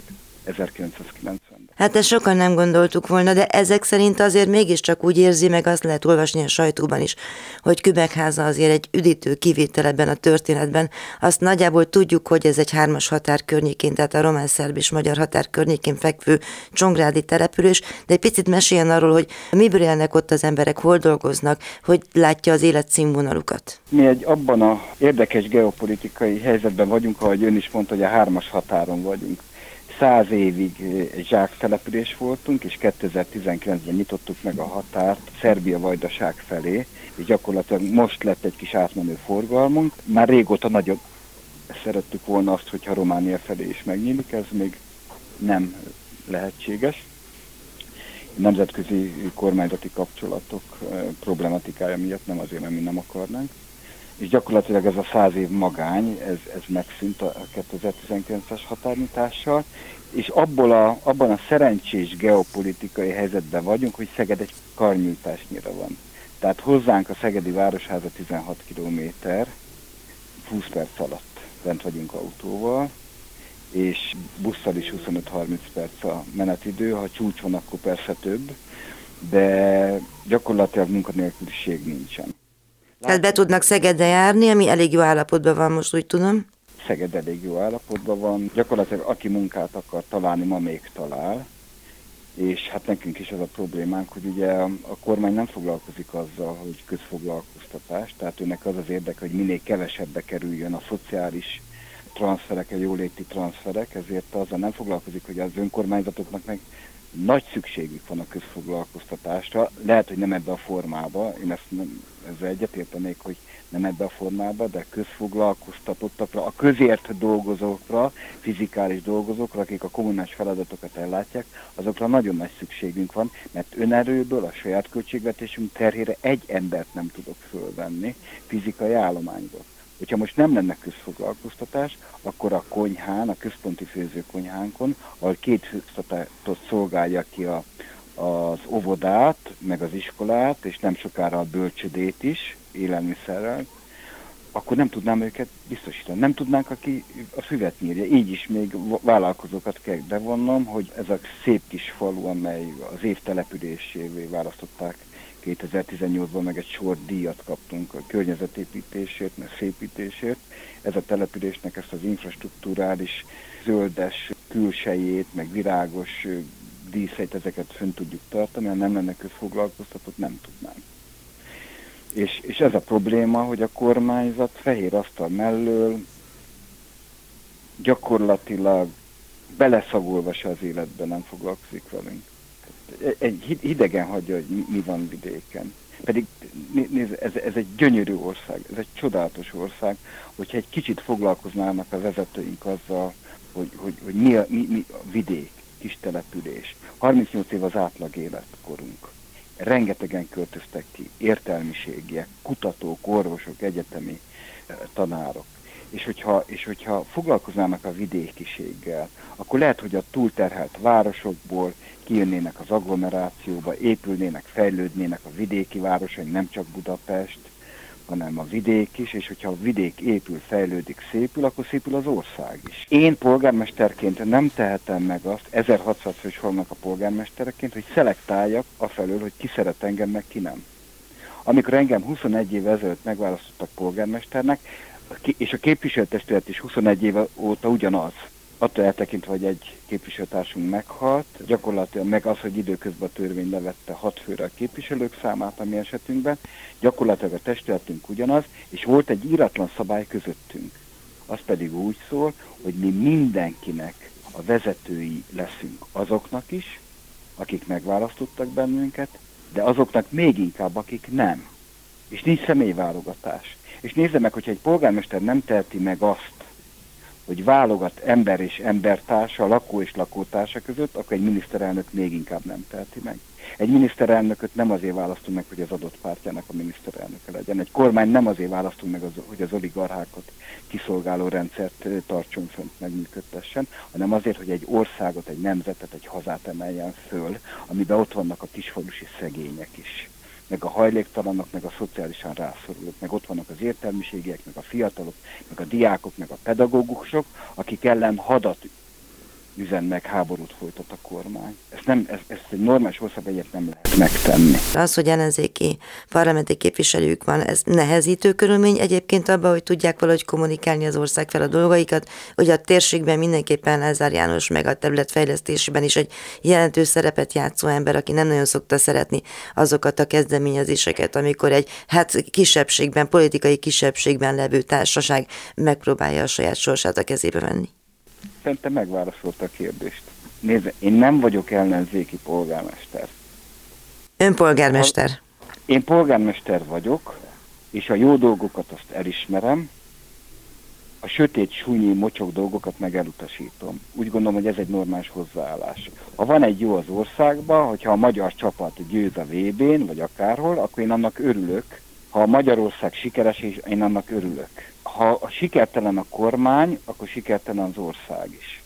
1990-ben. Hát ezt sokan nem gondoltuk volna, de ezek szerint azért mégiscsak úgy érzi, meg azt lehet olvasni a sajtóban is, hogy Kübekháza azért egy üdítő kivétel ebben a történetben. Azt nagyjából tudjuk, hogy ez egy 3-as határ környékén, tehát a román-szerb és magyar határ környékén fekvő csongrádi település, de egy picit meséljen arról, hogy miből élnek ott az emberek, hol dolgoznak, hogy látja az életszínvonalukat. Mi abban a érdekes geopolitikai helyzetben vagyunk, ahogy ön is mondta, hogy a 3-as határon vagyunk. 100 évig egy zsáktelepülés voltunk, és 2019-ben nyitottuk meg a határt Szerbia vajdaság felé, és gyakorlatilag most lett egy kis átmenő forgalmunk. Már régóta nagyon szerettük volna azt, hogyha Románia felé is megnyílik, ez még nem lehetséges. Nemzetközi kormányzati kapcsolatok problematikája miatt, nem azért, mert mi nem akarnánk. És gyakorlatilag ez a 100 év magány, ez megszűnt a 2019-es határnyitással, és abban a szerencsés geopolitikai helyzetben vagyunk, hogy Szeged egy karnyújtásnyira van. Tehát hozzánk a szegedi városháza 16 kilométer, 20 perc alatt bent vagyunk autóval, és busszal is 25-30 perc a menetidő, ha csúcs van, akkor persze több, de gyakorlatilag munkanélküliség nincsen. Tehát be tudnak Szegedre járni, ami elég jó állapotban van most, úgy tudom. Szeged elég jó állapotban van. Gyakorlatilag aki munkát akar találni, ma még talál. És hát nekünk is az a problémánk, hogy ugye a kormány nem foglalkozik azzal, hogy közfoglalkoztatás. Tehát őnek az az érdeke, hogy minél kevesebbe kerüljön a szociális transferek, a jóléti transferek. Ezért azzal nem foglalkozik, hogy az önkormányzatoknak meg nagy szükségük van a közfoglalkoztatásra. Lehet, hogy nem ebbe a formába, én ezzel egyetértenék, hogy nem ebbe a formába, de közfoglalkoztatottakra, a közért dolgozókra, fizikális dolgozókra, akik a kommunális feladatokat ellátják, azokra nagyon nagy szükségünk van, mert önerőből a saját költségvetésünk terhére egy embert nem tudok fölvenni fizikai állományból. Hogyha most nem lenne közfoglalkoztatás, akkor a konyhán, a központi főzőkonyhánkon, ahol 2 főztetőt szolgálja ki az óvodát, meg az iskolát, és nem sokára a bölcsödét is, élelmiszerrel, akkor nem tudnám őket biztosítani. Nem tudnánk, aki a füvet nyírja. Így is még vállalkozókat kell bevonnom, hogy ez a szép kis falu, amely az év településévé választották 2018-ban, meg egy sor díjat kaptunk a környezetépítésért, meg szépítésért. Ez a településnek ezt az infrastrukturális, zöldes külsejét, meg virágos díszeit, ezeket fönn tudjuk tartani, ha nem lenne közfoglalkoztatott, nem tudnánk. És ez a probléma, hogy a kormányzat fehér asztal mellől gyakorlatilag beleszagolva se az életben nem foglalkozik velünk. Egy hidegen hagyja, hogy mi van vidéken. Pedig nézd, ez egy gyönyörű ország, ez egy csodálatos ország, hogyha egy kicsit foglalkoznának a vezetőink azzal, hogy mi a vidék, kis település. 38 év az átlag életkorunk. Rengetegen költöztek ki, értelmiségiek, kutatók, orvosok, egyetemi tanárok. És hogyha foglalkoznának a vidékiséggel, akkor lehet, hogy a túlterhelt városokból kijönnének az agglomerációba, épülnének, fejlődnének a vidéki városok, nem csak Budapest, hanem a vidék is, és hogyha a vidék épül, fejlődik, szépül, akkor szépül az ország is. Én polgármesterként nem tehetem meg azt, 1600 fős falnak a polgármestereként, hogy szelektáljak afelől, hogy ki szeret engem, meg ki nem. Amikor engem 21 év ezelőtt megválasztottak polgármesternek, és a képviselőtestület is 21 év óta ugyanaz. Attól eltekintve, hogy egy képviselőtársunk meghalt, gyakorlatilag meg az, hogy időközben a törvény levette 6 főre a képviselők számát a mi esetünkben, gyakorlatilag a testületünk ugyanaz, és volt egy íratlan szabály közöttünk. Az pedig úgy szól, hogy mi mindenkinek a vezetői leszünk azoknak is, akik megválasztottak bennünket, de azoknak még inkább, akik nem. És nincs személyválogatás. És nézze meg, hogyha egy polgármester nem teheti meg azt, hogy válogat ember és embertársa, lakó és lakótársa között, akkor egy miniszterelnök még inkább nem teheti meg. Egy miniszterelnököt nem azért választunk meg, hogy az adott pártjának a miniszterelnöke legyen. Egy kormány nem azért választunk meg, hogy az oligarchákat kiszolgáló rendszert tartson fönt, megműködtessen, hanem azért, hogy egy országot, egy nemzetet, egy hazát emeljen föl, amiben ott vannak a kisfalusi szegények is, meg a hajléktalanok, meg a szociálisan rászorulók, meg ott vannak az értelmiségiek, meg a fiatalok, meg a diákok, meg a pedagógusok, akik ellen hadat üzen meg, háborút folytat a kormány. Ezt egy normális országban egyet nem lehet megtenni. Az, hogy ellenzéki parlamenti képviselők van, ez nehezítő körülmény egyébként abban, hogy tudják valahogy kommunikálni az ország fel a dolgaikat, hogy a térségben mindenképpen Lázár János meg a területfejlesztésben is egy jelentős szerepet játszó ember, aki nem nagyon szokta szeretni azokat a kezdeményezéseket, amikor egy kisebbségben, politikai kisebbségben levő társaság megpróbálja a saját sorsát a kezébe venni. Szerintem megválaszolta a kérdést. Nézd, én nem vagyok ellenzéki polgármester. Ön polgármester? Én polgármester vagyok, és a jó dolgokat azt elismerem, a sötét, súnyi, mocsok dolgokat meg elutasítom. Úgy gondolom, hogy ez egy normális hozzáállás. Ha van egy jó az országban, hogyha a magyar csapat győz a VB-n, vagy akárhol, akkor én annak örülök. Ha a Magyarország sikeres, és én annak örülök. Ha sikertelen a kormány, akkor sikertelen az ország is.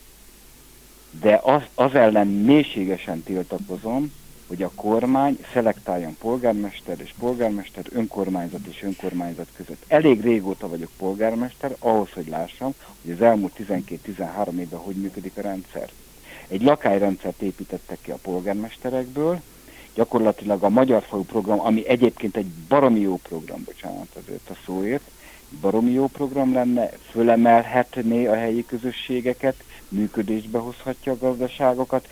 De az ellen mélységesen tiltakozom, hogy a kormány szelektáljon polgármester és polgármester, önkormányzat és önkormányzat között. Elég régóta vagyok polgármester, ahhoz, hogy lássam, hogy az elmúlt 12-13 évben hogy működik a rendszer. Egy lakályrendszert építettek ki a polgármesterekből, gyakorlatilag a Magyar Falu program, ami egyébként egy baromi jó program, bocsánat azért a szóért, baromi jó program lenne, fölemelhetné a helyi közösségeket, működésbe hozhatja a gazdaságokat.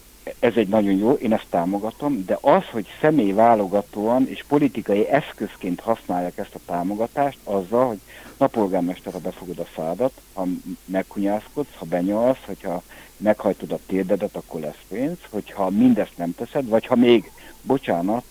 Ez egy nagyon jó, én ezt támogatom, de az, hogy személyválogatóan és politikai eszközként használják ezt a támogatást, azzal, hogy na polgármester, ha befogod a szádat, ha meghunyászkodsz, ha benyalsz, hogyha meghajtod a térdedet, akkor lesz pénz, hogyha mindezt nem teszed, vagy ha még, bocsánat,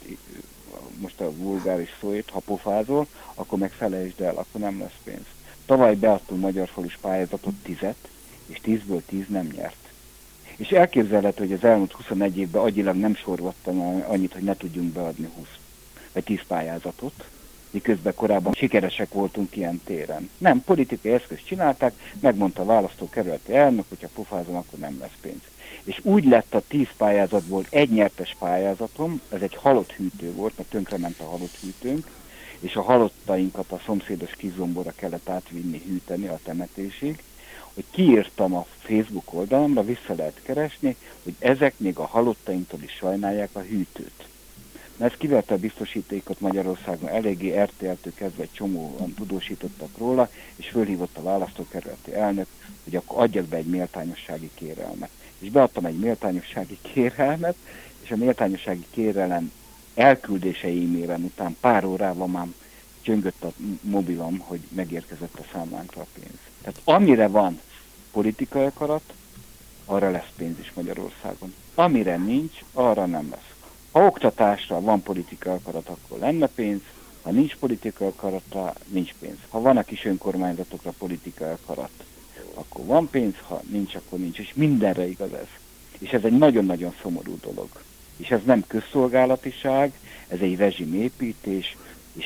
most a vulgáris szóért, ha pofázol, akkor meg felejtsd el, akkor nem lesz pénz. Tavaly beadtunk Magyar Falus pályázatot 10-et, és 10-ből 10 nem nyert. És elképzelhető, hogy az elmúlt 21 évben agyilag nem sorvattam annyit, hogy ne tudjunk beadni 20 vagy 10 pályázatot, miközben korábban sikeresek voltunk ilyen téren. Nem, politikai eszközt csinálták, megmondta a választókerületi elnök, hogyha pofázom, akkor nem lesz pénz. És úgy lett a 10 pályázatból egy nyertes pályázatom, ez egy halott hűtő volt, mert tönkrement a halott hűtőnk, és a halottainkat a szomszédos Kizomborra kellett átvinni, hűteni a temetésig, hogy kiírtam a Facebook oldalamra, vissza lehet keresni, hogy ezek még a halottainktól is sajnálják a hűtőt. Mert ez kiverte a biztosítékot Magyarországon, eléggé RTL-től kezdve egy csomóan tudósítottak róla, és fölhívott a választókerületi elnök, hogy akkor adjak be egy méltányossági kérelmet. És beadtam egy méltányossági kérelmet, és a méltányossági kérelem elküldése e-mailen után pár órával már csöngött a mobilom, hogy megérkezett a számlánkra a pénz. Tehát amire van politikai akarat, arra lesz pénz is Magyarországon. Amire nincs, arra nem lesz. Ha oktatásra van politikai akarat, akkor lenne pénz, ha nincs politikai akaratra, nincs pénz. Ha van a kis önkormányzatokra politikai akarat, akkor van pénz, ha nincs, akkor nincs. És mindenre igaz ez. És ez egy nagyon-nagyon szomorú dolog. És ez nem közszolgálatiság, ez egy rezsimépítés, és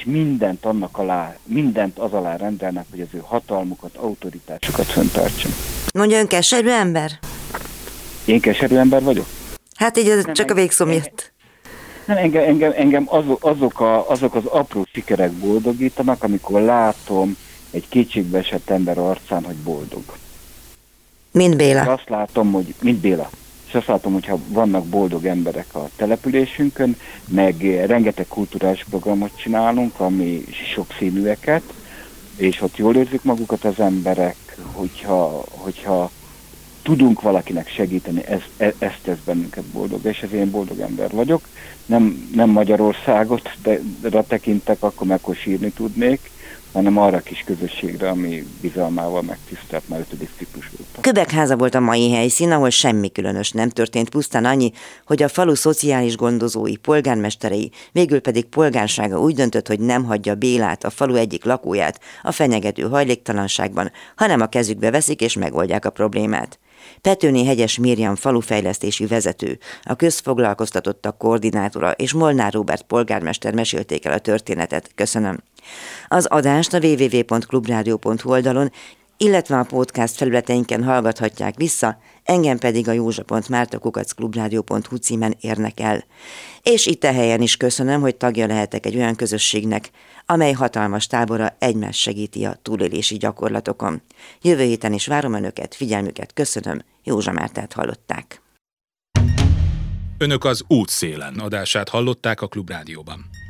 mindent az alá rendelnek, hogy az ő hatalmukat, autoritásukat fenntartson. Mondja, ön keserű ember? Én keserű ember vagyok? Hát így nem, csak a végszó miatt. Nem, engem azok az apró sikerek boldogítanak, amikor látom egy kétségbeesett ember arcán, hogy boldog. Mint Béla. És azt látom, hogy, mint Béla. És azt látom, hogyha vannak boldog emberek a településünkön, meg rengeteg kulturális programot csinálunk, ami sokszínűeket, és ott jól érzik magukat az emberek, hogyha tudunk valakinek segíteni, ezt tesz bennünket boldog, és ezért én boldog ember vagyok. Nem Magyarországot tekintek, akkor meg hogy sírni tudnék, hanem arra a kis közösségre, ami bizalmával megtisztelt már 5. ciklus óta. Kübekháza volt a mai helyszín, ahol semmi különös nem történt, pusztán annyi, hogy a falu szociális gondozói, polgármesterei, végül pedig polgársága úgy döntött, hogy nem hagyja Bélát, a falu egyik lakóját a fenyegető hajléktalanságban, hanem a kezükbe veszik és megoldják a problémát. Petőné Hegyes Mirjam falufejlesztési vezető, a közfoglalkoztatottak koordinátora és Molnár Róbert polgármester mesélték el a történetet. Köszönöm. Az adást a www.clubradio.hu oldalon illetve a podcast felületeinken hallgathatják vissza, engem pedig a józsa.márta@klubrádió.hu címen érnek el. És itt a helyen is köszönöm, hogy tagja lehetek egy olyan közösségnek, amely hatalmas tábora egymást segíti a túlélési gyakorlatokon. Jövő héten is várom Önöket, figyelmüket köszönöm, Józsa Mártát hallották. Önök az Útszélen adását hallották a Klubrádióban.